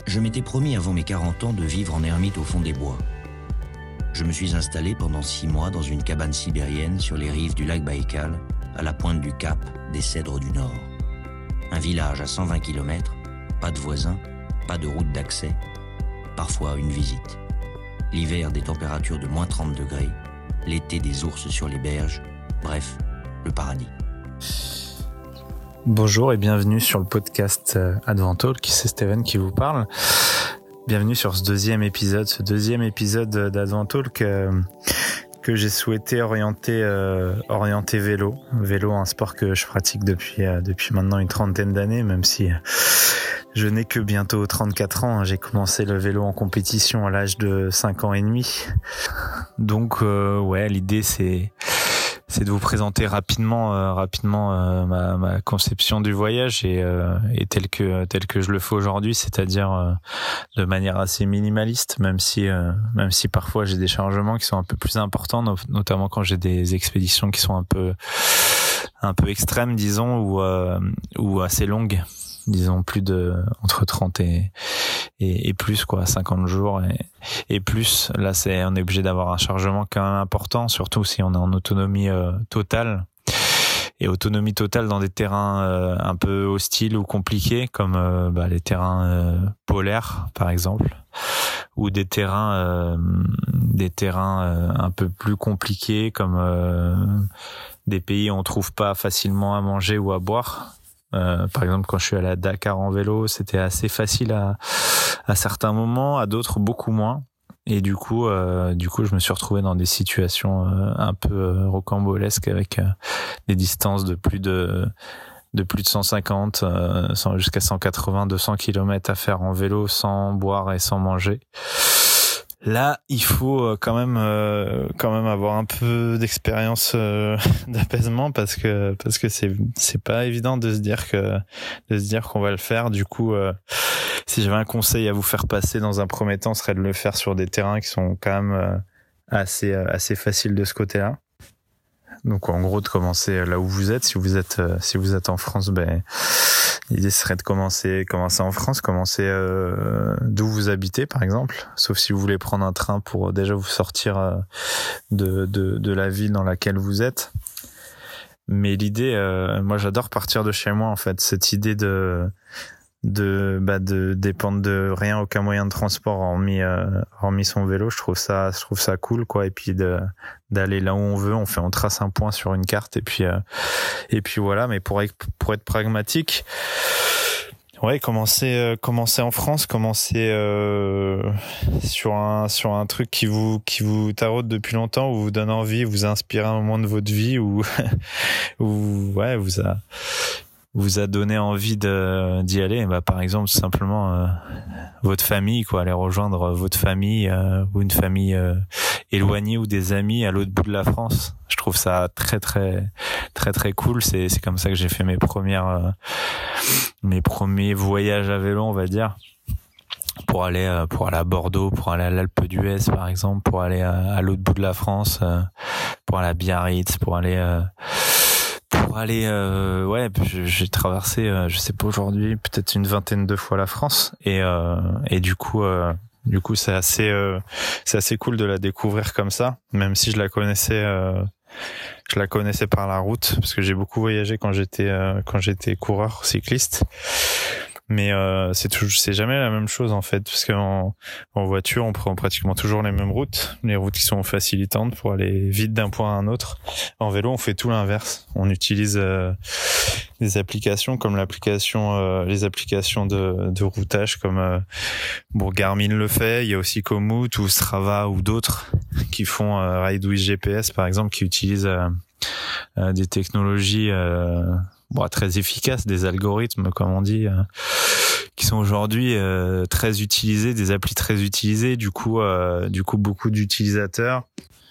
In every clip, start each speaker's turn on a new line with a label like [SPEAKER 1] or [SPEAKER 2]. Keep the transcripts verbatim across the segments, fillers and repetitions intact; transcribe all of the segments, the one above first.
[SPEAKER 1] Je m'étais promis avant mes quarante ans de vivre en ermite au fond des bois. Je me suis installé pendant six mois dans une cabane sibérienne sur les rives du lac Baïkal, à la pointe du cap des Cèdres du Nord. Un village à cent vingt kilomètres, pas de voisins, pas de route d'accès, parfois une visite. L'hiver des températures de moins trente degrés, l'été des ours sur les berges, bref, le paradis.
[SPEAKER 2] Bonjour et bienvenue sur le podcast Adventalk, c'est Steven qui vous parle. Bienvenue sur ce deuxième épisode, ce deuxième épisode d'Adventalk euh, que j'ai souhaité orienter, euh, orienter vélo. Vélo, un sport que je pratique depuis, euh, depuis maintenant une trentaine d'années, même si je n'ai que bientôt trente-quatre ans. J'ai commencé le vélo en compétition à l'âge de cinq ans et demi. Donc euh, ouais, l'idée c'est... c'est de vous présenter rapidement, euh, rapidement euh, ma, ma conception du voyage et, euh, et tel que tel que je le fais aujourd'hui, c'est-à-dire euh, de manière assez minimaliste, même si euh, même si parfois j'ai des chargements qui sont un peu plus importants, no- notamment quand j'ai des expéditions qui sont un peu un peu extrêmes, disons, ou euh, ou assez longues. Disons plus de entre trente et, et, et plus quoi, cinquante jours et, et plus. Là, c'est on est obligé d'avoir un chargement quand même important, surtout si on est en autonomie euh, totale. Et autonomie totale dans des terrains euh, un peu hostiles ou compliqués, comme euh, bah, les terrains euh, polaires par exemple, ou des terrains euh, des terrains euh, un peu plus compliqués, comme euh, des pays où on trouve pas facilement à manger ou à boire. Euh, par exemple, quand je suis allé à Dakar en vélo, c'était assez facile à, à certains moments, à d'autres beaucoup moins. Et du coup, euh, du coup, je me suis retrouvé dans des situations euh, un peu euh, rocambolesques avec euh, des distances de plus de de plus de cent cinquante, euh, jusqu'à cent quatre-vingts, deux cents kilomètres à faire en vélo sans boire et sans manger. Là, il faut quand même euh, quand même avoir un peu d'expérience euh, d'apaisement parce que parce que c'est c'est pas évident de se dire que de se dire qu'on va le faire. Du coup, euh, si j'avais un conseil à vous faire passer dans un premier temps, ce serait de le faire sur des terrains qui sont quand même euh, assez euh, assez faciles de ce côté-là. Donc en gros de commencer là où vous êtes. Si vous êtes euh, si vous êtes en France, ben l'idée serait de commencer commencer en France, commencer euh, d'où vous habitez par exemple, sauf si vous voulez prendre un train pour déjà vous sortir euh, de, de de la ville dans laquelle vous êtes. Mais l'idée, euh, moi j'adore partir de chez moi en fait, cette idée de de bah de dépendre de rien, aucun moyen de transport hormis euh, hormis son vélo. Je trouve ça je trouve ça cool quoi, et puis de d'aller là où on veut, on fait on trace un point sur une carte et puis euh, et puis voilà. Mais pour être, pour être pragmatique, ouais, commencer euh, commencer en France, commencer euh, sur un sur un truc qui vous qui vous taraude depuis longtemps, ou vous donne envie, vous inspire un moment de votre vie, ou ou ouais vous a vous a donné envie de d'y aller. Bah par exemple tout simplement euh, votre famille quoi, aller rejoindre votre famille euh, ou une famille euh, éloignée, ou des amis à l'autre bout de la France. Je trouve ça très très très très cool. C'est c'est comme ça que j'ai fait mes premières euh, mes premiers voyages à vélo, on va dire, pour aller euh, pour aller à Bordeaux, pour aller à l'Alpe d'Huez par exemple, pour aller à, à l'autre bout de la France, euh, pour aller à Biarritz, pour aller euh, pour aller euh, ouais j'ai traversé euh, je sais pas aujourd'hui peut-être une vingtaine de fois la France, et euh, et du coup euh, du coup c'est assez euh, c'est assez cool de la découvrir comme ça, même si je la connaissais euh, je la connaissais par la route parce que j'ai beaucoup voyagé quand j'étais euh, quand j'étais coureur cycliste. Mais euh, c'est toujours, c'est jamais la même chose en fait, parce qu'en en voiture on prend pratiquement toujours les mêmes routes, les routes qui sont facilitantes pour aller vite d'un point à un autre. En vélo on fait tout l'inverse, on utilise euh, des applications comme l'application, euh, les applications de, de routage comme euh, bon Garmin le fait, il y a aussi Komoot ou Strava ou d'autres qui font euh, Ride with G P S par exemple, qui utilisent euh, euh, des technologies euh, Bon, très efficaces, des algorithmes comme on dit, euh, qui sont aujourd'hui euh, très utilisés, des applis très utilisées, du coup euh, du coup beaucoup d'utilisateurs.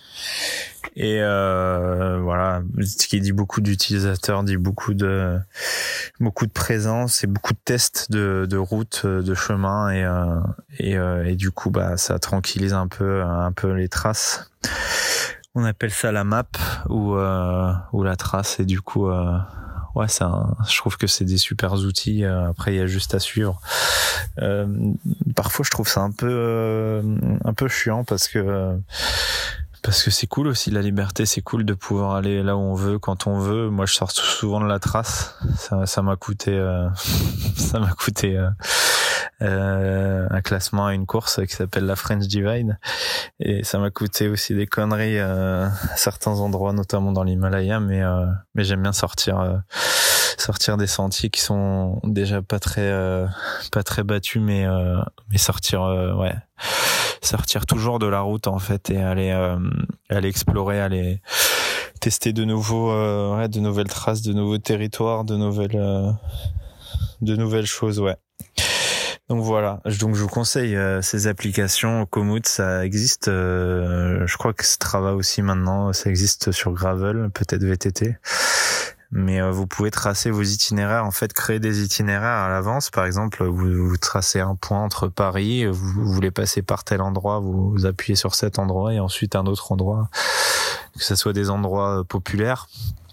[SPEAKER 2] Et euh, voilà, ce qui dit beaucoup d'utilisateurs dit beaucoup de beaucoup de présence et beaucoup de tests de de routes, de chemins, et euh, et euh, et du coup bah ça tranquillise un peu un peu les traces. On appelle ça la map ou euh, ou la trace, et du coup euh, ouais, c'est un, je trouve que c'est des super outils. Après, il y a juste à suivre. Euh, parfois, je trouve ça un peu, euh, un peu chiant parce que, parce que c'est cool aussi la liberté. C'est cool de pouvoir aller là où on veut, quand on veut. Moi, je sors souvent de la trace. Ça, ça m'a coûté, euh, ça m'a coûté. Euh, Euh, un classement à une course qui s'appelle la French Divide, et ça m'a coûté aussi des conneries euh, à certains endroits, notamment dans l'Himalaya, mais euh, mais j'aime bien sortir euh, sortir des sentiers qui sont déjà pas très euh, pas très battus, mais euh, mais sortir euh, ouais sortir toujours de la route en fait, et aller euh, aller explorer, aller tester de nouveaux euh, ouais, de nouvelles traces, de nouveaux territoires, de nouvelles euh, de nouvelles choses, ouais. Donc voilà, donc je vous conseille euh, ces applications. Komoot, ça existe, euh, je crois que Strava aussi maintenant, ça existe sur Gravel, peut-être V T T. Mais euh, vous pouvez tracer vos itinéraires, en fait créer des itinéraires à l'avance. Par exemple, vous, vous tracez un point entre Paris, vous, vous voulez passer par tel endroit, vous, vous appuyez sur cet endroit et ensuite un autre endroit, que ce soit des endroits populaires.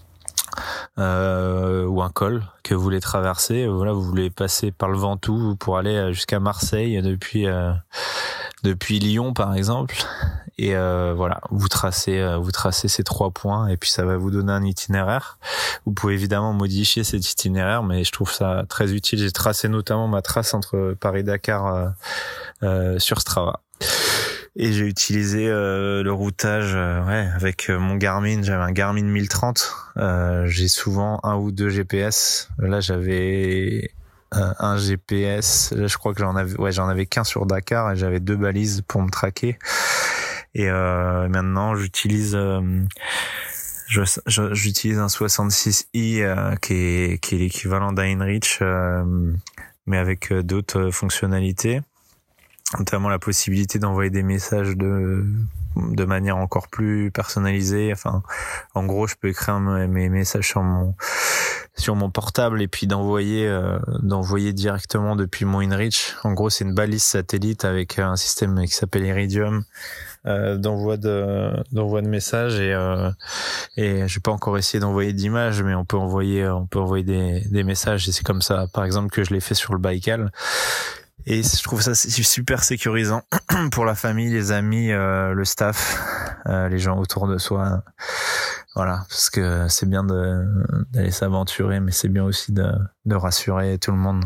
[SPEAKER 2] Euh, ou un col que vous voulez traverser. Voilà, vous voulez passer par le Ventoux pour aller jusqu'à Marseille depuis euh, depuis Lyon par exemple. Et euh, voilà, vous tracez euh, vous tracez ces trois points et puis ça va vous donner un itinéraire. Vous pouvez évidemment modifier cet itinéraire, mais je trouve ça très utile. J'ai tracé notamment ma trace entre Paris-Dakar euh, euh, sur Strava. Et j'ai utilisé euh, le routage euh, ouais, avec mon Garmin. J'avais un Garmin mille trente. Euh, j'ai souvent un ou deux G P S. Là, j'avais euh, un G P S. Là, je crois que j'en avais, ouais, j'en avais qu'un sur Dakar et j'avais deux balises pour me traquer. Et euh, maintenant, j'utilise, euh, je, je, j'utilise un soixante-six i euh, qui est qui est l'équivalent d'un InReach, euh, mais avec d'autres fonctionnalités. Notamment la possibilité d'envoyer des messages de de manière encore plus personnalisée. Enfin, en gros, je peux écrire mes messages sur mon sur mon portable et puis d'envoyer euh, d'envoyer directement depuis mon InReach. En gros, c'est une balise satellite avec un système qui s'appelle Iridium euh, d'envoi de d'envoi de messages, et euh, et j'ai pas encore essayé d'envoyer d'images, mais on peut envoyer on peut envoyer des des messages, et c'est comme ça, par exemple, que je l'ai fait sur le Baïkal. Et je trouve ça super sécurisant pour la famille, les amis, euh, le staff, euh, les gens autour de soi. Voilà, parce que c'est bien de, d'aller s'aventurer, mais c'est bien aussi de, de rassurer tout le monde.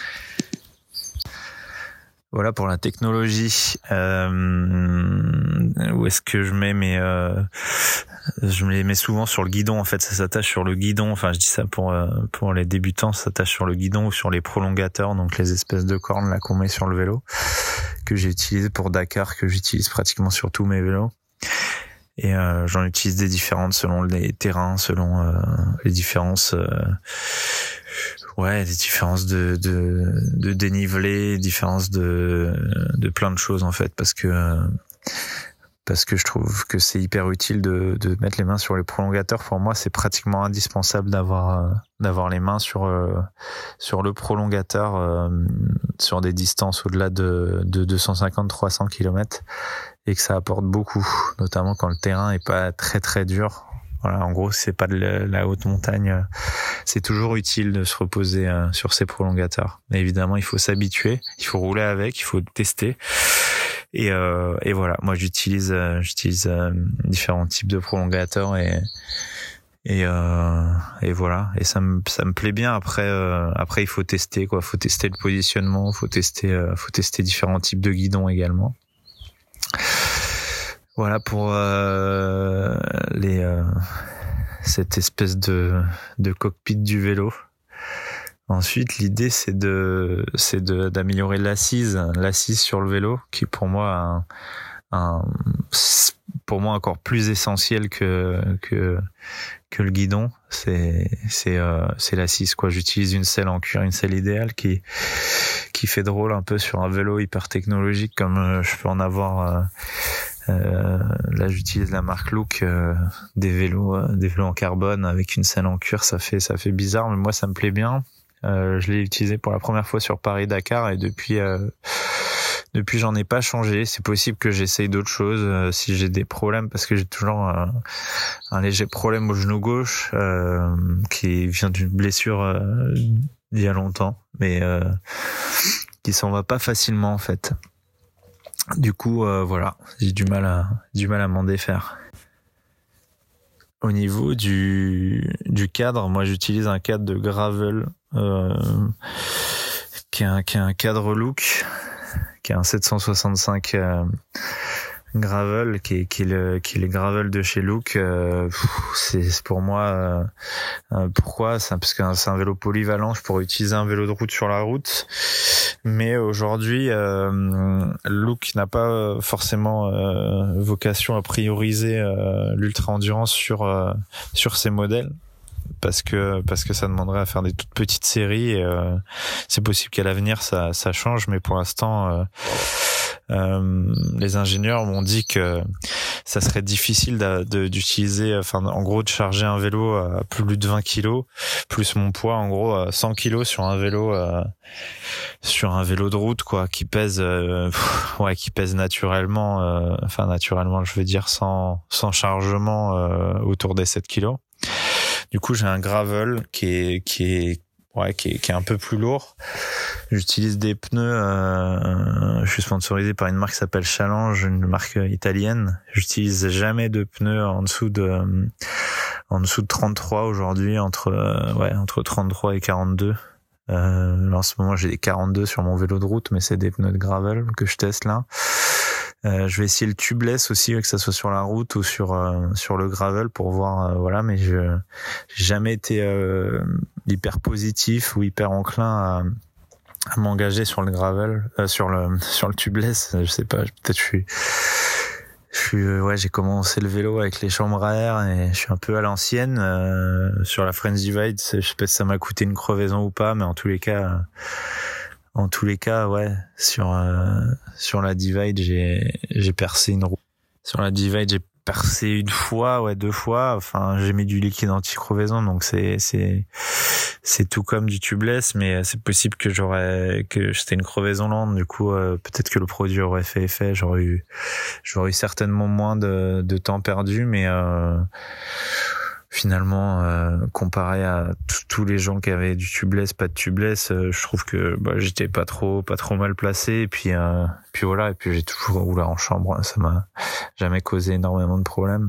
[SPEAKER 2] Voilà pour la technologie. Euh, où est-ce que je mets mes... Euh, je me les mets souvent sur le guidon, en fait, ça s'attache sur le guidon. Enfin, je dis ça pour euh, pour les débutants, ça s'attache sur le guidon ou sur les prolongateurs, donc les espèces de cornes là qu'on met sur le vélo, que j'ai utilisé pour Dakar, que j'utilise pratiquement sur tous mes vélos. Et euh, j'en utilise des différentes selon les terrains, selon euh, les différences... Euh, ouais, des différences de, de, de dénivelé, différences de, de plein de choses en fait, parce que, parce que je trouve que c'est hyper utile de, de mettre les mains sur les prolongateurs. Pour moi, c'est pratiquement indispensable d'avoir, d'avoir les mains sur, sur le prolongateur, euh, sur des distances au-delà de, de deux cent cinquante à trois cents kilomètres, et que ça apporte beaucoup, notamment quand le terrain est pas très très dur. Voilà, en gros, c'est pas de la haute montagne. C'est toujours utile de se reposer sur ces prolongateurs. Mais évidemment, il faut s'habituer, il faut rouler avec, il faut tester. Et, euh, et voilà, moi j'utilise, j'utilise différents types de prolongateurs et et euh, et voilà. Et ça me ça me plaît bien. Après, euh, après il faut tester quoi, faut tester le positionnement, faut tester, euh, faut tester différents types de guidons également. Voilà pour euh, les euh, cette espèce de de cockpit du vélo. Ensuite, l'idée c'est de c'est de d'améliorer l'assise, l'assise sur le vélo, qui pour moi un, un pour moi encore plus essentiel que que que le guidon. C'est c'est euh, c'est l'assise quoi. J'utilise une selle en cuir, une selle idéale qui qui fait drôle un peu sur un vélo hyper technologique comme euh, je peux en avoir. Euh, Euh, là j'utilise la marque Look, euh, des vélos euh, des vélos en carbone avec une selle en cuir, ça fait ça fait bizarre, mais moi ça me plaît bien. Euh, je l'ai utilisé pour la première fois sur Paris Dakar, et depuis euh, Depuis, j'en ai pas changé. C'est possible que j'essaye d'autres choses euh, si j'ai des problèmes, parce que j'ai toujours euh, un léger problème au genou gauche euh, qui vient d'une blessure euh, d'il y a longtemps, mais euh, qui s'en va pas facilement en fait. Du coup, euh, voilà, j'ai du mal à du mal à m'en défaire. Au niveau du du cadre, moi j'utilise un cadre de gravel euh, qui est un qui est un cadre Look, qui est un sept cent soixante-cinq euh, gravel, qui est qui est le qui est les gravel de chez Look. Euh, c'est, c'est pour moi euh, euh, pourquoi c'est parce que c'est un vélo polyvalent. Je pourrais utiliser un vélo de route sur la route, mais aujourd'hui euh, Look n'a pas forcément euh, vocation à prioriser euh, l'ultra endurance sur euh, sur ses modèles, parce que parce que ça demanderait à faire des toutes petites séries et euh, c'est possible qu'à l'avenir ça ça change, mais pour l'instant euh, euh, les ingénieurs m'ont dit que ça serait difficile de, de, d'utiliser, enfin en gros de charger un vélo à plus de vingt kilos plus mon poids, en gros à cent kilos sur un vélo euh, sur un vélo de route quoi, qui pèse euh, pff, ouais qui pèse naturellement euh, enfin naturellement je veux dire sans sans chargement euh, autour des sept kilos. Du coup, j'ai un gravel qui est qui est ouais qui est qui est un peu plus lourd. J'utilise des pneus. Euh, je suis sponsorisé par une marque qui s'appelle Challenge, une marque italienne. J'utilise jamais de pneus en dessous de en dessous de trente-trois aujourd'hui, entre ouais entre trente-trois et quarante-deux. Euh, là, en ce moment, j'ai des quarante-deux sur mon vélo de route, mais c'est des pneus de gravel que je teste là. Euh, je vais essayer le tubeless aussi, que ça soit sur la route ou sur euh, sur le gravel pour voir euh, voilà, mais je j'ai jamais été euh, hyper positif ou hyper enclin à, à m'engager sur le gravel, euh, sur le sur le tubeless. Je sais pas, peut-être je suis je suis ouais, j'ai commencé le vélo avec les chambres à air et je suis un peu à l'ancienne euh, sur la French Divide. Je sais pas si ça m'a coûté une crevaison ou pas, mais en tous les cas. Euh, En tous les cas, ouais, sur euh, sur la Divide, j'ai j'ai percé une roue. Sur la Divide, j'ai percé une fois, ouais, deux fois. Enfin, j'ai mis du liquide anti-crevaison, donc c'est c'est c'est tout comme du tubeless, mais c'est possible que j'aurais que c'était une crevaison lente. Du coup, euh, peut-être que le produit aurait fait effet. J'aurais eu j'aurais eu certainement moins de de temps perdu, mais euh, finalement, euh, comparé à t- tous les gens qui avaient du tubeless, pas de tubeless, euh, je trouve que bah, j'étais pas trop, pas trop mal placé. Et puis, euh, puis voilà. Et puis j'ai toujours roulé en chambre. Ça m'a jamais causé énormément de problèmes.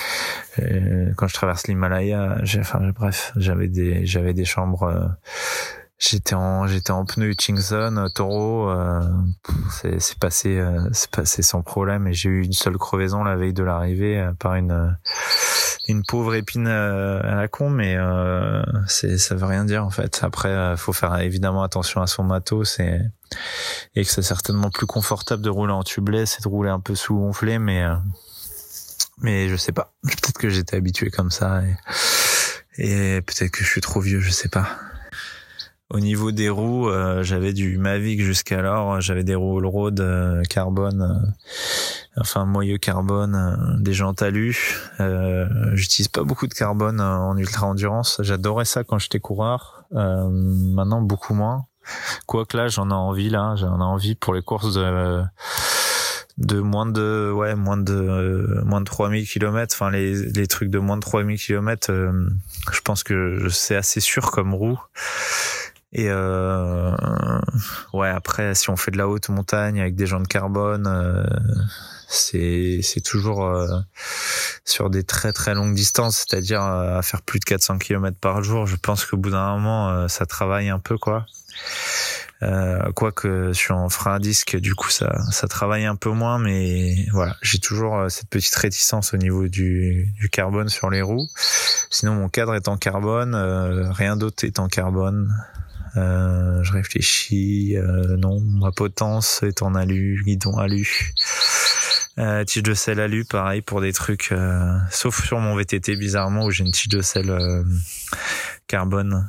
[SPEAKER 2] Et quand je traverse l'Himalaya, j'ai, enfin bref, j'avais des, j'avais des chambres. Euh, J'étais en j'étais en pneu Hutchinson Toro, euh, c'est c'est passé euh, c'est passé sans problème, et j'ai eu une seule crevaison la veille de l'arrivée euh, par une euh, une pauvre épine euh, à la con, mais euh, c'est ça veut rien dire en fait. Après euh, faut faire évidemment attention à son matos, et et que c'est certainement plus confortable de rouler en tubeless et de rouler un peu sous-gonflé, mais euh, mais je sais pas, peut-être que j'étais habitué comme ça, et, et peut-être que je suis trop vieux, je sais pas. Au niveau des roues, euh, j'avais du Mavic jusqu'alors, j'avais des roues all-road euh, carbone, euh, enfin moyeu carbone, euh, des jantes alu. Euh, j'utilise pas beaucoup de carbone euh, en ultra endurance. J'adorais ça quand j'étais coureur. Euh, maintenant beaucoup moins. Quoique là, j'en ai envie là, j'en ai envie pour les courses de de moins de ouais moins de euh, moins de trois mille kilomètres. Enfin les les trucs de moins de trois mille kilomètres. Euh, je pense que c'est assez sûr comme roue. Et euh, ouais, après, si on fait de la haute montagne avec des jantes de carbone, euh, c'est c'est toujours euh, sur des très très longues distances, c'est-à-dire euh, à faire plus de quatre cents kilomètres par jour. Je pense qu'au bout d'un moment, euh, ça travaille un peu, quoi. Euh, quoique je suis en frein à disque, du coup ça ça travaille un peu moins, mais voilà, j'ai toujours euh, cette petite réticence au niveau du du carbone sur les roues. Sinon, mon cadre est en carbone, euh, rien d'autre est en carbone. Euh, je réfléchis, euh, non, ma potence est en alu, guidon alu, euh, tige de selle alu, pareil pour des trucs, euh, sauf sur mon V T T bizarrement où j'ai une tige de selle euh, carbone.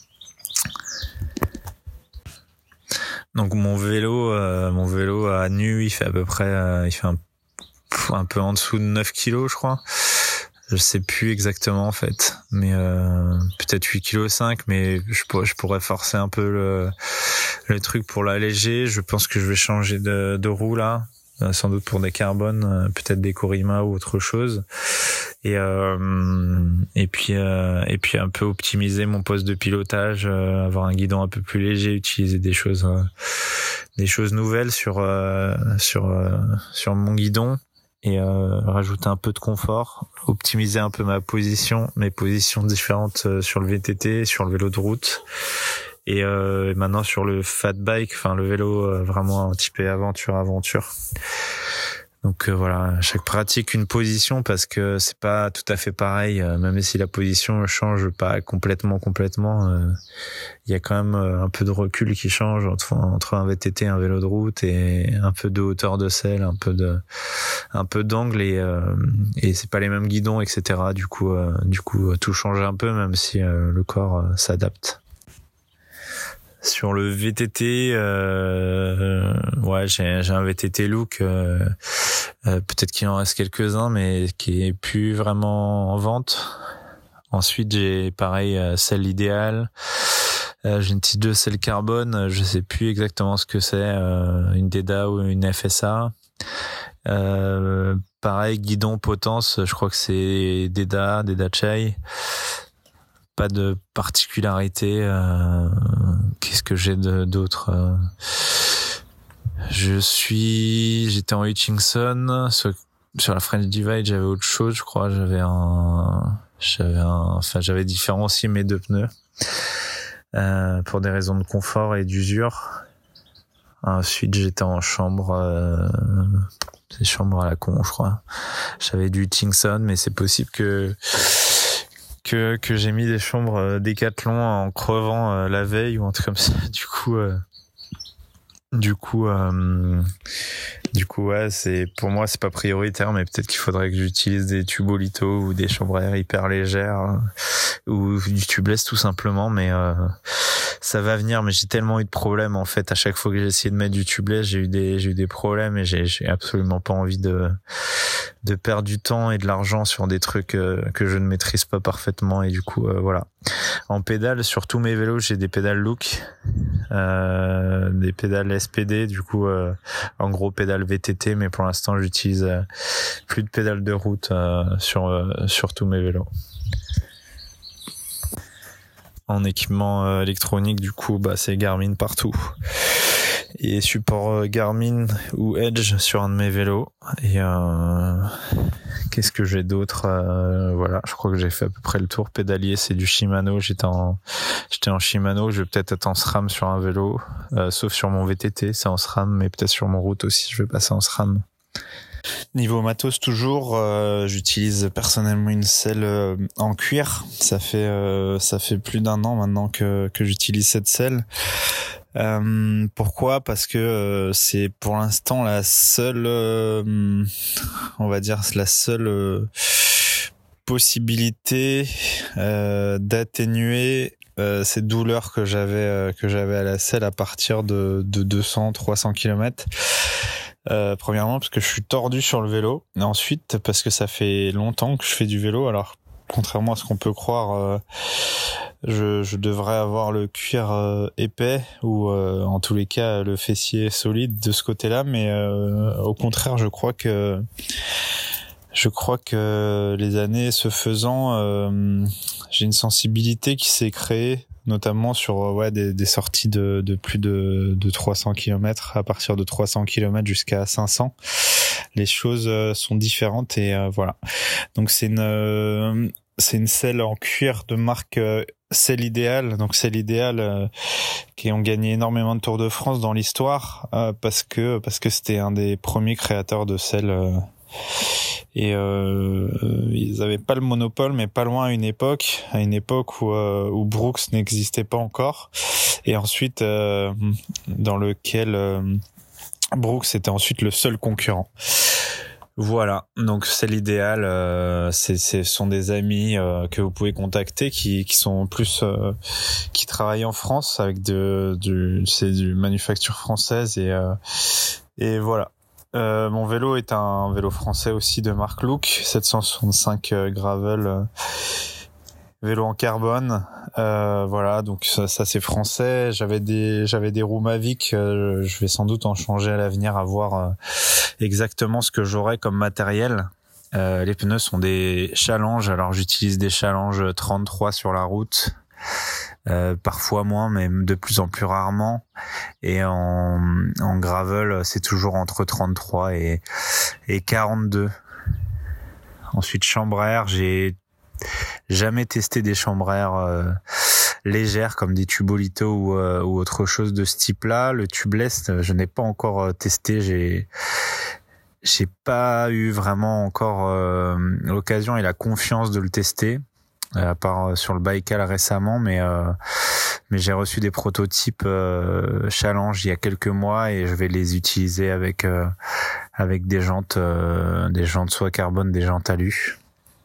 [SPEAKER 2] Donc mon vélo, euh, mon vélo à nu, il fait à peu près, euh, il fait un, un peu en dessous de neuf kilos, je crois. Je sais plus exactement en fait, mais euh, peut-être huit virgule cinq kilos, mais je pourrais, je pourrais forcer un peu le, le truc pour l'alléger. Je pense que je vais changer de, de roue là, euh, sans doute pour des carbones, euh, peut-être des Corima ou autre chose. Et euh, et puis euh, et puis un peu optimiser mon poste de pilotage, euh, avoir un guidon un peu plus léger, utiliser des choses euh, des choses nouvelles sur euh, sur euh, sur mon guidon. Et euh, rajouter un peu de confort, optimiser un peu ma position, mes positions différentes euh, sur le V T T, sur le vélo de route, et euh, maintenant sur le fat bike, enfin le vélo euh, vraiment typé aventure aventure. Donc euh, voilà, chaque pratique une position parce que c'est pas tout à fait pareil, euh, même si la position change pas complètement complètement, il euh, y a quand même euh, un peu de recul qui change entre, entre un V T T et un vélo de route, et un peu de hauteur de selle, un peu de un peu d'angle, et euh, et c'est pas les mêmes guidons, et cetera. Du coup euh, du coup tout change un peu, même si euh, le corps euh, s'adapte. Sur le V T T, euh, ouais, j'ai, j'ai un V T T Look, euh, euh, peut-être qu'il en reste quelques-uns, mais qui est plus vraiment en vente. Ensuite, j'ai pareil, euh, selle idéale. Euh, j'ai une petite deux selle carbone, je sais plus exactement ce que c'est, euh, une Deda ou une F S A. Euh, pareil, guidon potence, je crois que c'est Deda, Deda Chai. Pas de particularité. Euh, qu'est-ce que j'ai de, d'autre euh, Je suis, j'étais en Hutchinson sur, sur la French Divide. J'avais autre chose, je crois. J'avais un, j'avais un, enfin j'avais différencié mes deux pneus euh, pour des raisons de confort et d'usure. Ensuite, j'étais en chambre. Euh, c'est chambre à la con, je crois. J'avais du Hutchinson, mais c'est possible que que que j'ai mis des chambres Décathlon en crevant euh, la veille ou un truc comme ça. Du coup euh, du coup euh, du coup ouais, c'est pour moi c'est pas prioritaire, mais peut-être qu'il faudrait que j'utilise des Tubolito ou des chambres à air hyper légères, hein, ou du tubeless tout simplement, mais euh, ça va venir. Mais j'ai tellement eu de problèmes en fait, à chaque fois que j'ai essayé de mettre du tubeless, j'ai eu des j'ai eu des problèmes, et j'ai j'ai absolument pas envie de de perdre du temps et de l'argent sur des trucs euh, que je ne maîtrise pas parfaitement. Et du coup euh, voilà. En pédale, sur tous mes vélos, j'ai des pédales Look, euh, des pédales S P D, du coup euh, en gros pédales V T T, mais pour l'instant j'utilise euh, plus de pédales de route euh, sur euh, sur tous mes vélos. En équipement euh, électronique, du coup bah c'est Garmin partout, et support euh, Garmin ou Edge sur un de mes vélos. Et euh, qu'est-ce que j'ai d'autre, euh, voilà, je crois que j'ai fait à peu près le tour. Pédalier, c'est du Shimano. J'étais en j'étais en Shimano. Je vais peut-être être en SRAM sur un vélo, euh, sauf sur mon V T T, c'est en SRAM, mais peut-être sur mon route aussi je vais passer en SRAM. Niveau matos toujours, euh, j'utilise personnellement une selle euh, en cuir. Ça fait euh, ça fait plus d'un an maintenant que que j'utilise cette selle. Euh, pourquoi ? Parce que euh, c'est pour l'instant la seule, euh, on va dire la seule euh, possibilité euh, d'atténuer euh, ces douleurs que j'avais euh, que j'avais à la selle à partir de de deux cents trois cents kilomètres. Euh, premièrement parce que je suis tordu sur le vélo, et ensuite parce que ça fait longtemps que je fais du vélo. Alors contrairement à ce qu'on peut croire, euh, je, je devrais avoir le cuir euh, épais, ou euh, en tous les cas le fessier solide de ce côté-là, mais euh, au contraire je crois que je crois que les années se faisant, euh, j'ai une sensibilité qui s'est créée, notamment sur ouais des, des sorties de, de plus de, de trois cents kilomètres, à partir de trois cents kilomètres jusqu'à cinq cents. Les choses sont différentes, et euh, voilà. Donc c'est une euh, c'est une selle en cuir de marque euh, Selle Idéale. Donc Selle Idéale euh, qui ont gagné énormément de Tours de France dans l'histoire, euh, parce que parce que c'était un des premiers créateurs de selle. Euh, et euh, ils avaient pas le monopole, mais pas loin à une époque, à une époque où euh, où Brooks n'existait pas encore, et ensuite euh, dans lequel euh, Brooks était ensuite le seul concurrent. Voilà, donc c'est l'idéal. Euh, c'est, ce sont des amis euh, que vous pouvez contacter, qui qui sont plus euh, qui travaillent en France avec de du c'est du manufacture française, et euh, et voilà. Euh, mon vélo est un vélo français aussi de marque Look, sept cent soixante-cinq euh, gravel, euh, vélo en carbone. Euh, voilà, donc ça, ça c'est français. J'avais des, j'avais des roues Mavic. Euh, je vais sans doute en changer à l'avenir, à voir euh, exactement ce que j'aurai comme matériel. Euh, les pneus sont des Challenge. Alors j'utilise des Challenge trente-trois sur la route. Euh, parfois moins, mais de plus en plus rarement. Et en, en gravel, c'est toujours entre trente-trois et, et quarante-deux. Ensuite, chambre à air, j'ai jamais testé des chambres à air euh, légères comme des Tubolito ou, euh, ou autre chose de ce type-là. Le tubeless, je n'ai pas encore testé. J'ai j'ai pas eu vraiment encore euh, l'occasion et la confiance de le tester. À part sur le Baïkal récemment, mais euh, mais j'ai reçu des prototypes euh, Challenge il y a quelques mois et je vais les utiliser avec euh, avec des jantes euh, des jantes soit carbone, des jantes alu.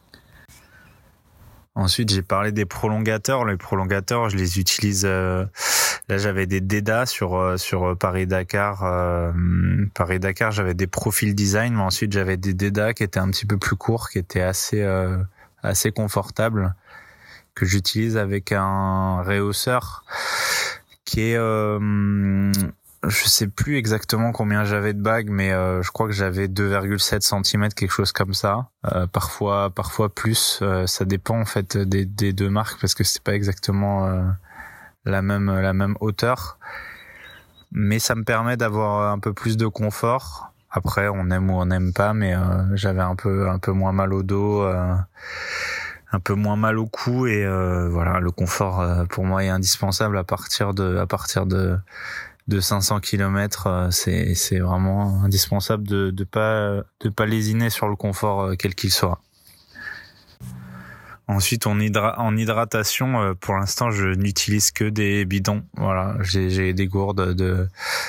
[SPEAKER 2] Ensuite, j'ai parlé des prolongateurs. Les prolongateurs, je les utilise. Euh, là, j'avais des Deda sur euh, sur Paris-Dakar. Euh, Paris-Dakar, j'avais des Profil Design, mais ensuite j'avais des Deda qui étaient un petit peu plus courts, qui étaient assez euh, assez confortable, que j'utilise avec un rehausseur qui est euh, je sais plus exactement combien j'avais de bagues, mais euh, je crois que j'avais deux virgule sept centimètres, quelque chose comme ça, euh, parfois parfois plus, euh, ça dépend en fait des, des deux marques parce que c'est pas exactement euh, la même la même hauteur, mais ça me permet d'avoir un peu plus de confort. Après, on aime ou on n'aime pas, mais euh, j'avais un peu un peu moins mal au dos, euh, un peu moins mal au cou, et euh, voilà, le confort euh, pour moi est indispensable à partir de à partir de de cinq cents kilomètres. Euh, c'est c'est vraiment indispensable de de pas de pas lésiner sur le confort euh, quel qu'il soit. Ensuite, en, hydra- en hydratation, euh, pour l'instant, je n'utilise que des bidons. Voilà, j'ai j'ai des gourdes de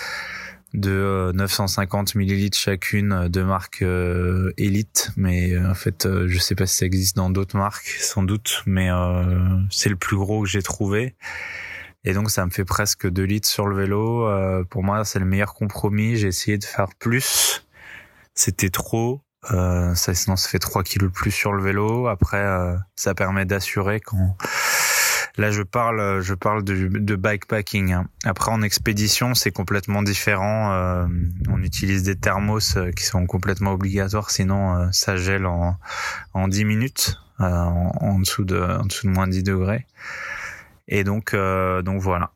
[SPEAKER 2] de neuf cent cinquante millilitres chacune de marque euh, Elite, mais euh, en fait euh, je sais pas si ça existe dans d'autres marques, sans doute, mais euh, c'est le plus gros que j'ai trouvé et donc ça me fait presque deux litres sur le vélo. Euh, pour moi c'est le meilleur compromis. J'ai essayé de faire plus, c'était trop, euh, ça, sinon ça fait trois kilos de plus sur le vélo. Après euh, ça permet d'assurer quand là, je parle, je parle de, de bikepacking. Hein. Après, en expédition, c'est complètement différent. Euh, on utilise des thermos qui sont complètement obligatoires, sinon euh, ça gèle en, en dix minutes, euh, en, en dessous de, en dessous de moins dix degrés. Et donc, euh, donc voilà.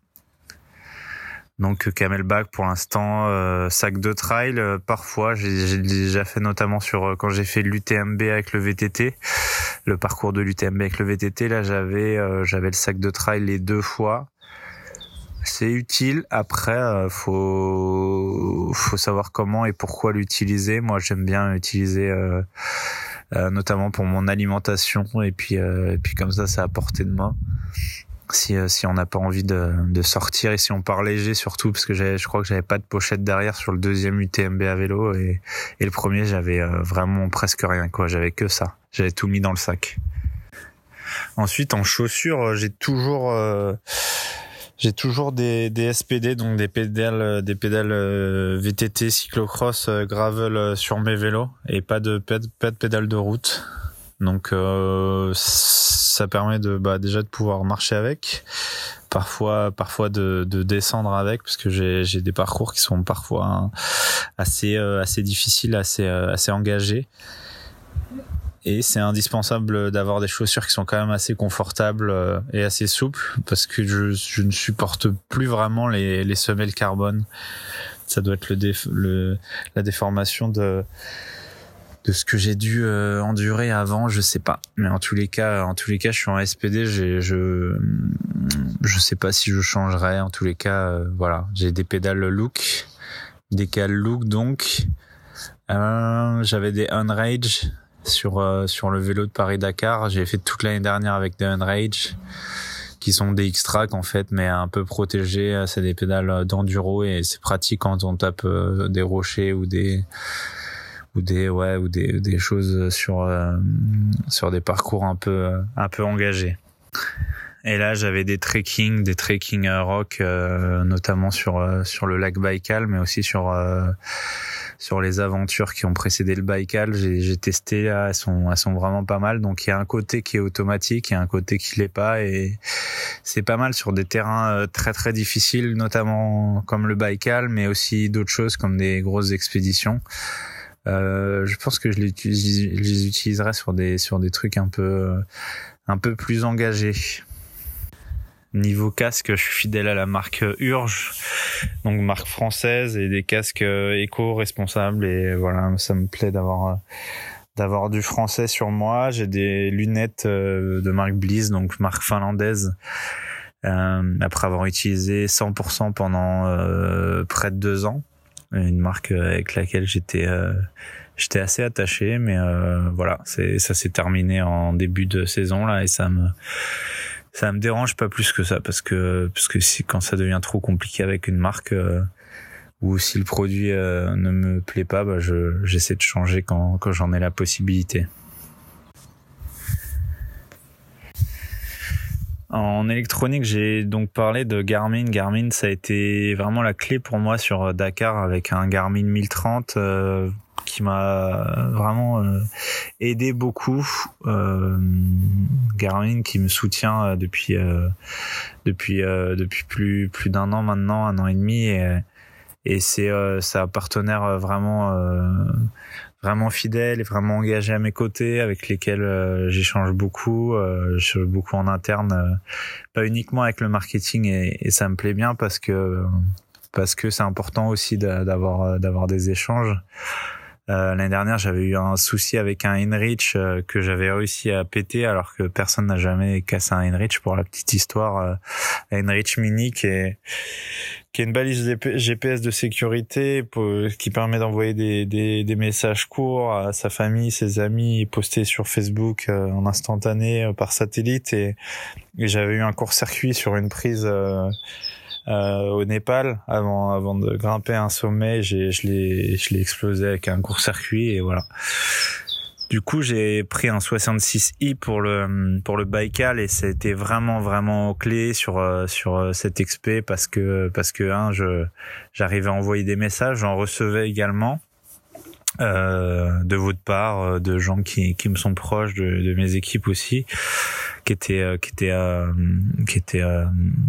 [SPEAKER 2] Donc Camelback pour l'instant, euh, sac de trail. Euh, parfois, j'ai, j'ai déjà fait notamment sur quand j'ai fait l'U T M B avec le V T T, le parcours de l'U T M B avec le V T T. Là, j'avais euh, j'avais le sac de trail les deux fois. C'est utile. Après, euh, faut faut savoir comment et pourquoi l'utiliser. Moi, j'aime bien utiliser, euh, euh, notamment pour mon alimentation, et puis euh, et puis comme ça, c'est à portée de main. Si euh, si on n'a pas envie de de sortir, et si on part léger surtout, parce que j'avais, je crois que j'avais pas de pochette derrière sur le deuxième U T M B à vélo, et et le premier j'avais euh, vraiment presque rien quoi, j'avais que ça, j'avais tout mis dans le sac. Ensuite en chaussures, j'ai toujours euh, j'ai toujours des des S P D, donc des pédales des pédales euh, V T T, cyclocross, euh, gravel euh, sur mes vélos, et pas de pas de, pas de pédales de route. Donc euh, ça permet de bah déjà de pouvoir marcher avec, parfois parfois de de descendre avec, parce que j'ai j'ai des parcours qui sont parfois hein, assez euh, assez difficiles, assez euh, assez engagés. Et c'est indispensable d'avoir des chaussures qui sont quand même assez confortables euh, et assez souples, parce que je je ne supporte plus vraiment les les semelles carbone. Ça doit être le déf- le la déformation de de ce que j'ai dû euh, endurer avant, je sais pas. Mais en tous les cas, en tous les cas, je suis en S P D. J'ai, je, je sais pas si je changerai. En tous les cas, euh, voilà, j'ai des pédales Look, des cales Look donc. Euh, j'avais des Unrage sur euh, sur le vélo de Paris-Dakar. J'ai fait toute l'année dernière avec des Unrage, qui sont des X-Track en fait, mais un peu protégés. C'est des pédales d'enduro et c'est pratique quand on tape euh, des rochers ou des ou des ouais ou des des choses sur euh, sur des parcours un peu un peu engagés. Et là, j'avais des trekking, des trekking rock, euh, notamment sur euh, sur le lac Baïkal, mais aussi sur euh, sur les aventures qui ont précédé le Baïkal, j'ai, j'ai testé, là, elles sont, elles sont vraiment pas mal. Donc il y a un côté qui est automatique, il y a un côté qui l'est pas, et c'est pas mal sur des terrains très très difficiles, notamment comme le Baïkal, mais aussi d'autres choses comme des grosses expéditions. Euh, je pense que je les, je les utiliserai sur des sur des trucs un peu un peu plus engagés. Niveau casque, je suis fidèle à la marque Urge, donc marque française, et des casques éco-responsables, et voilà, ça me plaît d'avoir d'avoir du français sur moi. J'ai des lunettes de marque Bliss, donc marque finlandaise, euh, après avoir utilisé cent pour cent pendant euh, près de deux ans, une marque avec laquelle j'étais euh, j'étais assez attaché, mais euh, voilà, c'est ça s'est terminé en début de saison là, et ça me ça me dérange pas plus que ça, parce que parce que si quand ça devient trop compliqué avec une marque, euh, ou si le produit euh, ne me plaît pas, bah je j'essaie de changer quand quand j'en ai la possibilité. En électronique, j'ai donc parlé de Garmin. Garmin, ça a été vraiment la clé pour moi sur Dakar, avec un Garmin mille trente euh, qui m'a vraiment euh, aidé beaucoup. Euh, Garmin qui me soutient depuis euh, depuis euh, depuis plus plus d'un an maintenant, un an et demi, et, et c'est euh, c'est un partenaire vraiment euh, vraiment fidèle et vraiment engagé à mes côtés, avec lesquels euh, j'échange beaucoup, euh, j'échange beaucoup en interne, euh, pas uniquement avec le marketing, et, et ça me plaît bien parce que parce que c'est important aussi d'avoir d'avoir des échanges. Euh, l'année dernière, j'avais eu un souci avec un Inreach euh, que j'avais réussi à péter, alors que personne n'a jamais cassé un Inreach. Pour la petite histoire, euh, un Inreach Mini qui est qui est une balise G P S de sécurité pour, qui permet d'envoyer des, des des messages courts à sa famille, ses amis, postés sur Facebook euh, en instantané euh, par satellite, et, et j'avais eu un court-circuit sur une prise euh, Euh, au Népal avant avant de grimper un sommet. J'ai je l'ai je l'ai explosé avec un court-circuit, et voilà. Du coup, j'ai pris un soixante-six i pour le pour le Baïkal, et c'était vraiment vraiment clé sur sur cette expé, parce que parce que hein, je j'arrivais à envoyer des messages, j'en recevais également euh, de votre part, de gens qui qui me sont proches, de, de mes équipes aussi, qui étaient qui étaient euh, qui étaient euh,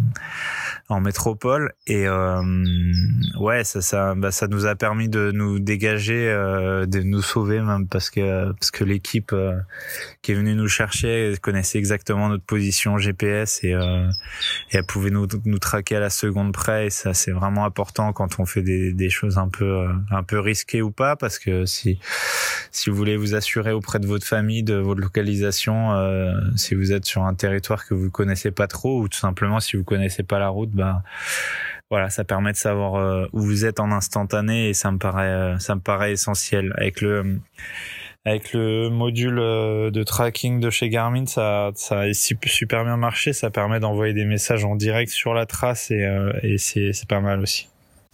[SPEAKER 2] en métropole, et euh, ouais, ça ça bah ça nous a permis de nous dégager, euh, de nous sauver même, parce que parce que l'équipe euh, qui est venue nous chercher connaissait exactement notre position G P S, et euh, et elle pouvait nous nous traquer à la seconde près, et ça c'est vraiment important quand on fait des des choses un peu euh, un peu risquées ou pas, parce que si si vous voulez vous assurer auprès de votre famille de votre localisation, euh, si vous êtes sur un territoire que vous connaissez pas trop, ou tout simplement si vous connaissez pas la route, bah voilà, ça permet de savoir euh, où vous êtes en instantané, et ça me paraît euh, ça me paraît essentiel. Avec le avec le module euh, de tracking de chez Garmin, ça ça a super bien marché, ça permet d'envoyer des messages en direct sur la trace, et euh, et c'est c'est pas mal aussi.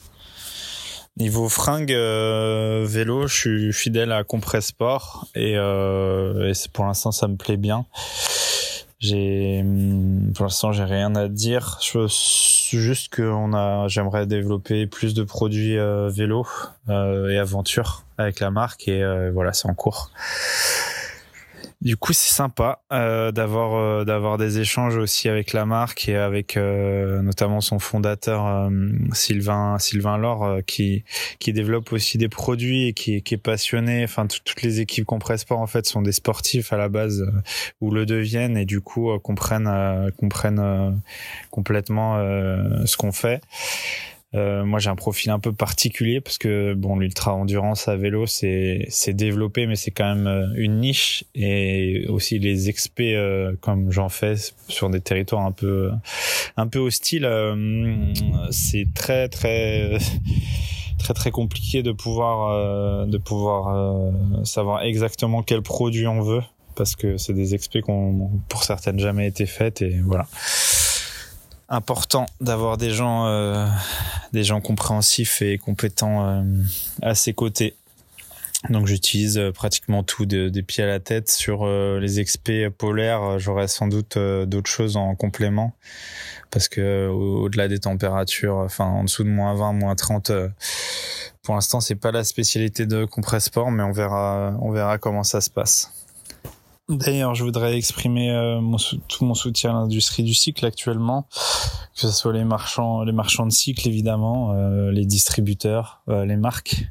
[SPEAKER 2] Niveau fringues euh, vélo, je suis fidèle à Compressport, et, euh, et pour l'instant ça me plaît bien. J'ai, pour l'instant, j'ai rien à dire. Je, juste que on a, j'aimerais développer plus de produits euh, vélo euh, et aventure avec la marque, et euh, voilà, c'est en cours. Du coup, c'est sympa euh, d'avoir euh, d'avoir des échanges aussi avec la marque, et avec euh, notamment son fondateur euh, Sylvain Sylvain Laure, euh, qui qui développe aussi des produits, et qui qui est passionné. Enfin, t- toutes les équipes Compressport en fait sont des sportifs à la base, euh, ou le deviennent, et du coup euh, comprennent euh, comprennent euh, complètement euh, ce qu'on fait. Euh, moi, j'ai un profil un peu particulier, parce que bon, l'ultra endurance à vélo, c'est c'est développé, mais c'est quand même une niche, et aussi les expés, euh, comme j'en fais sur des territoires un peu un peu hostiles, euh, c'est très très très très compliqué de pouvoir euh, de pouvoir euh, savoir exactement quel produit on veut, parce que c'est des expés qui ont pour certaines jamais été faites, et voilà. Important d'avoir des gens euh, des gens compréhensifs et compétents euh, à ses côtés. Donc j'utilise euh, pratiquement tout, de, des pieds à la tête. Sur euh, les expés polaires, j'aurais sans doute euh, d'autres choses en complément, parce que euh, au-delà des températures, enfin en dessous de moins vingt, moins trente, euh, Pour l'instant, c'est pas la spécialité de Compressport, mais on verra, on verra comment ça se passe. D'ailleurs, je voudrais exprimer euh, mon, tout mon soutien à l'industrie du cycle actuellement, que ce soit les marchands, les marchands de cycle évidemment, euh, les distributeurs, euh, les marques,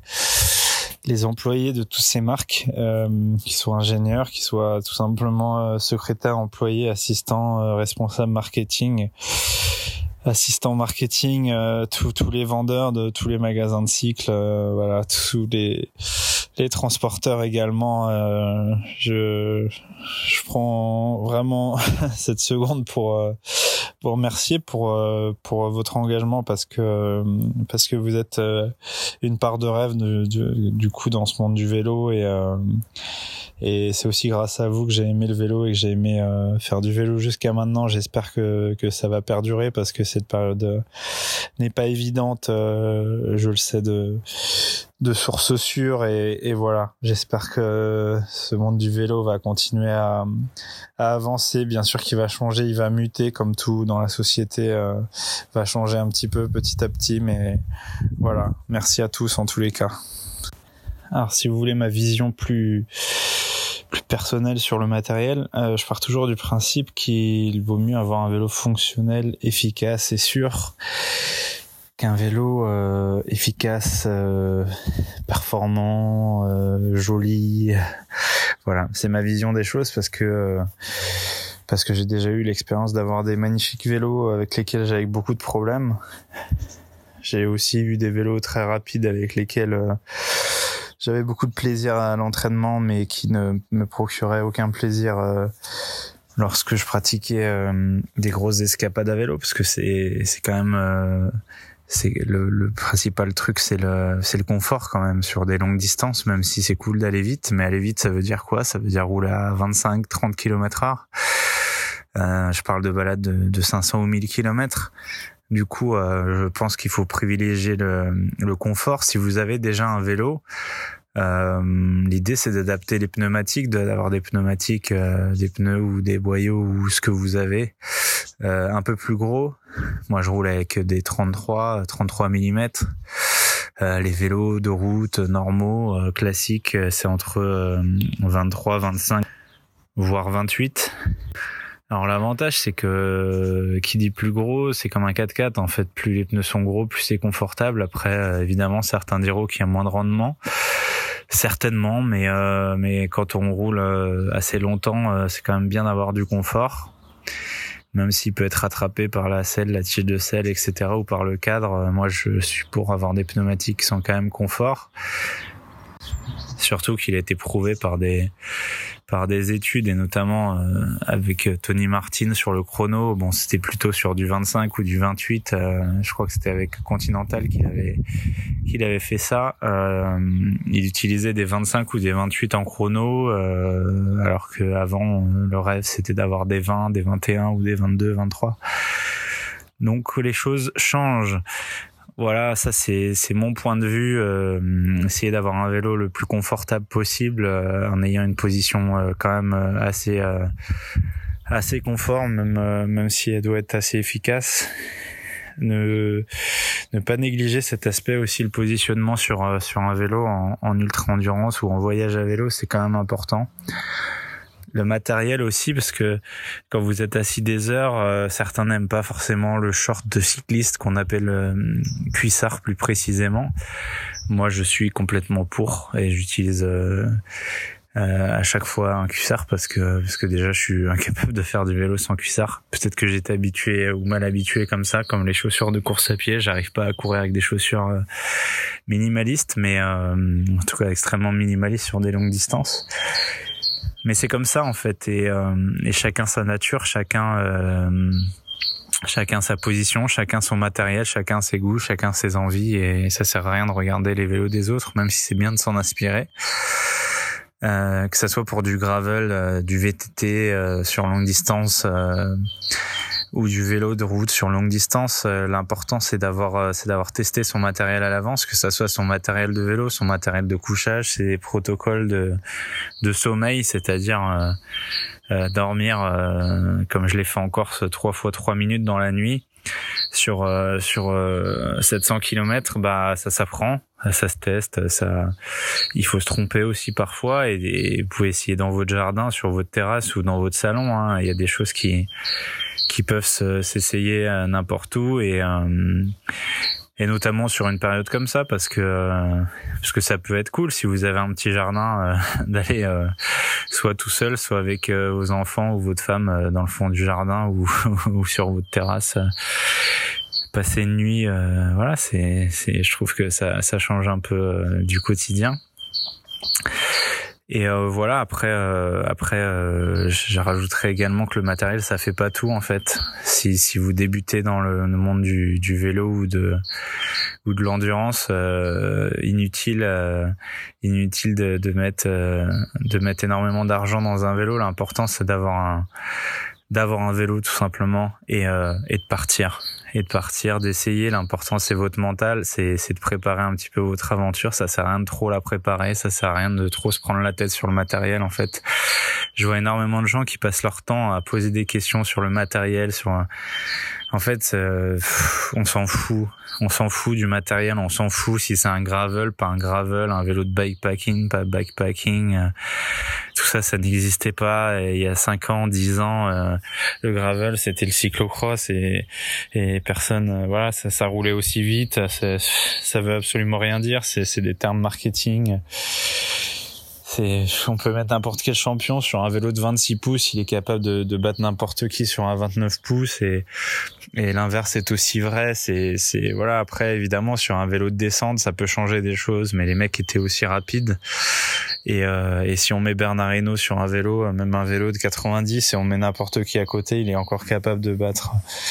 [SPEAKER 2] les employés de toutes ces marques, euh, qui soient ingénieurs, qui soient tout simplement euh, secrétaires, employés, assistants, euh, responsables marketing, assistants marketing, euh, tous tous les vendeurs de tous les magasins de cycle, euh, voilà, tous les les transporteurs également. Euh, je je prends vraiment cette seconde pour euh, pour remercier pour euh, pour votre engagement, parce que parce que vous êtes euh, une part de rêve de, de, du coup dans ce monde du vélo, et euh, et c'est aussi grâce à vous que j'ai aimé le vélo et que j'ai aimé euh, faire du vélo jusqu'à maintenant. J'espère que que ça va perdurer, parce que cette période n'est pas évidente, euh, je le sais de de sources sûres, et, et voilà, j'espère que ce monde du vélo va continuer à, à avancer. Bien sûr qu'il va changer, il va muter comme tout dans la société, euh, va changer un petit peu petit à petit, mais voilà, merci à tous en tous les cas. Alors si vous voulez ma vision plus plus personnelle sur le matériel, euh, je pars toujours du principe qu'il vaut mieux avoir un vélo fonctionnel, efficace et sûr qu'un vélo euh, efficace, euh, performant, euh, joli. Voilà, c'est ma vision des choses, parce que euh, parce que j'ai déjà eu l'expérience d'avoir des magnifiques vélos avec lesquels j'avais beaucoup de problèmes. J'ai aussi eu des vélos très rapides avec lesquels euh, j'avais beaucoup de plaisir à l'entraînement, mais qui ne me procuraient aucun plaisir euh, lorsque je pratiquais euh, des grosses escapades à vélo, parce que c'est c'est quand même euh, c'est le, le principal truc, c'est le c'est le confort quand même sur des longues distances, même si c'est cool d'aller vite. Mais aller vite, ça veut dire quoi? Ça veut dire rouler à vingt-cinq trente kilomètres heure. Euh, je parle de balades de, de cinq cents ou mille kilomètres. Du coup, euh, je pense qu'il faut privilégier le, le confort. Si vous avez déjà un vélo, euh, l'idée c'est d'adapter les pneumatiques, d'avoir des pneumatiques, euh, des pneus ou des boyaux ou ce que vous avez, euh, un peu plus gros. Moi, je roule avec des trente-trois millimètres. Euh, les vélos de route normaux, euh, classiques, c'est entre euh, vingt-trois, vingt-cinq, voire vingt-huit. Alors l'avantage, c'est que qui dit plus gros, c'est comme un quatre-quatre en fait. Plus les pneus sont gros, plus c'est confortable. Après, euh, évidemment, certains diront qu'il y a moins de rendement, certainement, mais euh, mais quand on roule euh, assez longtemps, euh, c'est quand même bien d'avoir du confort, même s'il peut être rattrapé par la selle, la tige de selle, et cetera, ou par le cadre. Euh, moi, je suis pour avoir des pneumatiques qui sont quand même confort. Surtout qu'il a été prouvé par des par des études, et notamment euh, avec Tony Martin sur le chrono. Bon, c'était plutôt sur du vingt-cinq ou du vingt-huit. Euh, je crois que c'était avec Continental qu'il avait qu'il avait fait ça. Euh, il utilisait des vingt-cinq ou des vingt-huit en chrono, euh, alors que avant le rêve c'était d'avoir des vingt, des vingt et un ou des vingt-deux, vingt-trois. Donc les choses changent. Voilà, ça c'est c'est mon point de vue. Euh, essayer d'avoir un vélo le plus confortable possible, euh, en ayant une position euh, quand même euh, assez euh, assez confort, même euh, même si elle doit être assez efficace. Ne ne pas négliger cet aspect aussi, le positionnement sur euh, sur un vélo en, en ultra endurance ou en voyage à vélo, c'est quand même important. Le matériel aussi, parce que quand vous êtes assis des heures, euh, certains n'aiment pas forcément le short de cycliste qu'on appelle euh, cuissard plus précisément. Moi, je suis complètement pour, et j'utilise euh, euh, à chaque fois un cuissard, parce que parce que déjà je suis incapable de faire du vélo sans cuissard. Peut-être que j'étais habitué ou mal habitué comme ça, comme les chaussures de course à pied. J'arrive pas à courir avec des chaussures euh, minimalistes, mais euh, en tout cas extrêmement minimalistes sur des longues distances. Mais c'est comme ça en fait, et, euh, et chacun sa nature, chacun euh, chacun sa position, chacun son matériel, chacun ses goûts, chacun ses envies, et ça sert à rien de regarder les vélos des autres, même si c'est bien de s'en inspirer. Euh, que ça soit pour du gravel, euh, du V T T euh, sur longue distance, euh, ou du vélo de route sur longue distance, euh, l'important c'est d'avoir euh, c'est d'avoir testé son matériel à l'avance, que ça soit son matériel de vélo, son matériel de couchage, ses protocoles de de sommeil, c'est-à-dire euh, euh, dormir euh, comme je l'ai fait en Corse trois fois trois minutes dans la nuit. sur euh, sur euh, sept cents kilomètres, bah ça s'apprend, ça se teste, ça il faut se tromper aussi parfois et, et vous pouvez essayer dans votre jardin, sur votre terrasse ou dans votre salon, hein. Il y a des choses qui qui peuvent se, s'essayer n'importe où et euh, et notamment sur une période comme ça parce que euh, parce que ça peut être cool si vous avez un petit jardin euh, d'aller euh, soit tout seul, soit avec euh, vos enfants ou votre femme euh, dans le fond du jardin ou ou sur votre terrasse. Euh, passer une nuit, euh, voilà, c'est c'est je trouve que ça ça change un peu euh, du quotidien. Et euh, voilà, après euh, après euh, je rajouterais également que le matériel ça fait pas tout en fait. Si si vous débutez dans le, le monde du du vélo ou de ou de l'endurance, euh, inutile euh, inutile de de mettre euh, de mettre énormément d'argent dans un vélo. L'important c'est d'avoir un d'avoir un vélo tout simplement et euh, et de partir. et de partir, d'essayer. L'important, c'est votre mental, c'est, c'est de préparer un petit peu votre aventure. Ça sert à rien de trop la préparer, ça sert à rien de trop se prendre la tête sur le matériel, en fait. Je vois énormément de gens qui passent leur temps à poser des questions sur le matériel, sur un... En fait, euh, on s'en fout. On s'en fout du matériel, on s'en fout si c'est un gravel, pas un gravel, un vélo de bikepacking, pas bikepacking. Euh, tout ça, ça n'existait pas. Et il y a cinq ans, dix ans, euh, le gravel, c'était le cyclocross et, et personne, euh, voilà, ça, ça roulait aussi vite. Ça, ça veut absolument rien dire. C'est, c'est des termes marketing. C'est, on peut mettre n'importe quel champion sur un vélo de vingt-six pouces, il est capable de, de battre n'importe qui sur un vingt-neuf pouces et, et l'inverse est aussi vrai. C'est, c'est, voilà, après, évidemment, sur un vélo de descente, ça peut changer des choses, mais les mecs étaient aussi rapides. Et, euh, et si on met Bernard Hinault sur un vélo, même un vélo de quatre-vingt-dix, et on met n'importe qui à côté, il est encore capable de battre,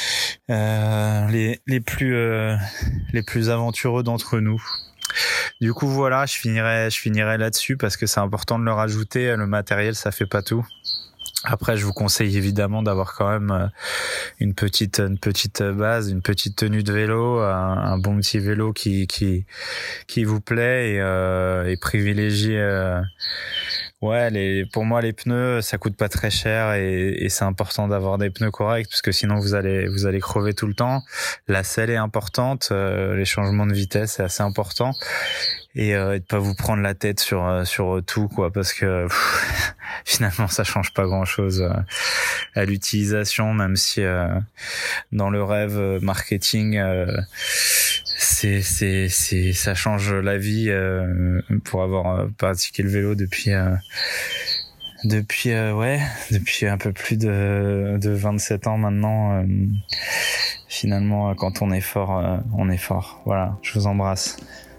[SPEAKER 2] euh, les, les plus, euh, les plus aventureux d'entre nous. Du coup, voilà, je finirai, je finirai là-dessus parce que c'est important de le rajouter. Le matériel, ça fait pas tout. Après, je vous conseille évidemment d'avoir quand même une petite, une petite base, une petite tenue de vélo, un, un bon petit vélo qui, qui, qui vous plaît et, euh, et privilégier. Euh, ouais, les, pour moi, les pneus, ça coûte pas très cher et, et c'est important d'avoir des pneus corrects parce que sinon vous allez, vous allez crever tout le temps. La selle est importante, euh, les changements de vitesse c'est assez important et, euh, et de pas vous prendre la tête sur, sur tout quoi parce que pff, finalement ça change pas grand chose euh, à l'utilisation même si euh, dans le rêve marketing. Euh, c'est c'est c'est ça change la vie euh, pour avoir euh, pratiqué le vélo depuis euh, depuis euh, ouais depuis un peu plus de de vingt-sept ans maintenant. Euh, finalement quand on est fort euh, on est fort. Voilà, je vous embrasse.